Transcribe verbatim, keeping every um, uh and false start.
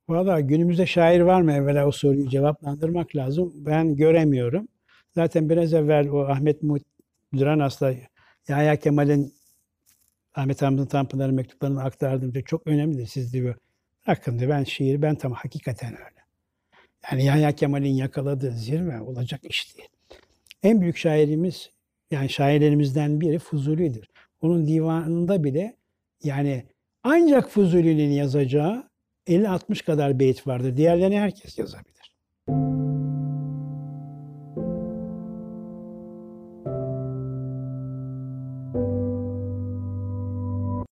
Valla günümüzde şair var mı, evvela o soruyu cevaplandırmak lazım. Ben göremiyorum. Zaten biraz evvel o Ahmet Muhit Duranas'la Yahya Kemal'in Ahmet Hamdi Tanpınar'ın mektuplarını aktardım diye çok önemlidir. Siz diyor. Hakkında ben şiir, ben tam hakikaten öyle. Yani Yahya Kemal'in yakaladığı zirve olacak iş değil. En büyük şairimiz, yani şairlerimizden biri Fuzuli'dir. Onun divanında bile yani ancak Fuzuli'nin yazacağı elli altmış kadar beyit vardır. Diğerlerini herkes yazabilir.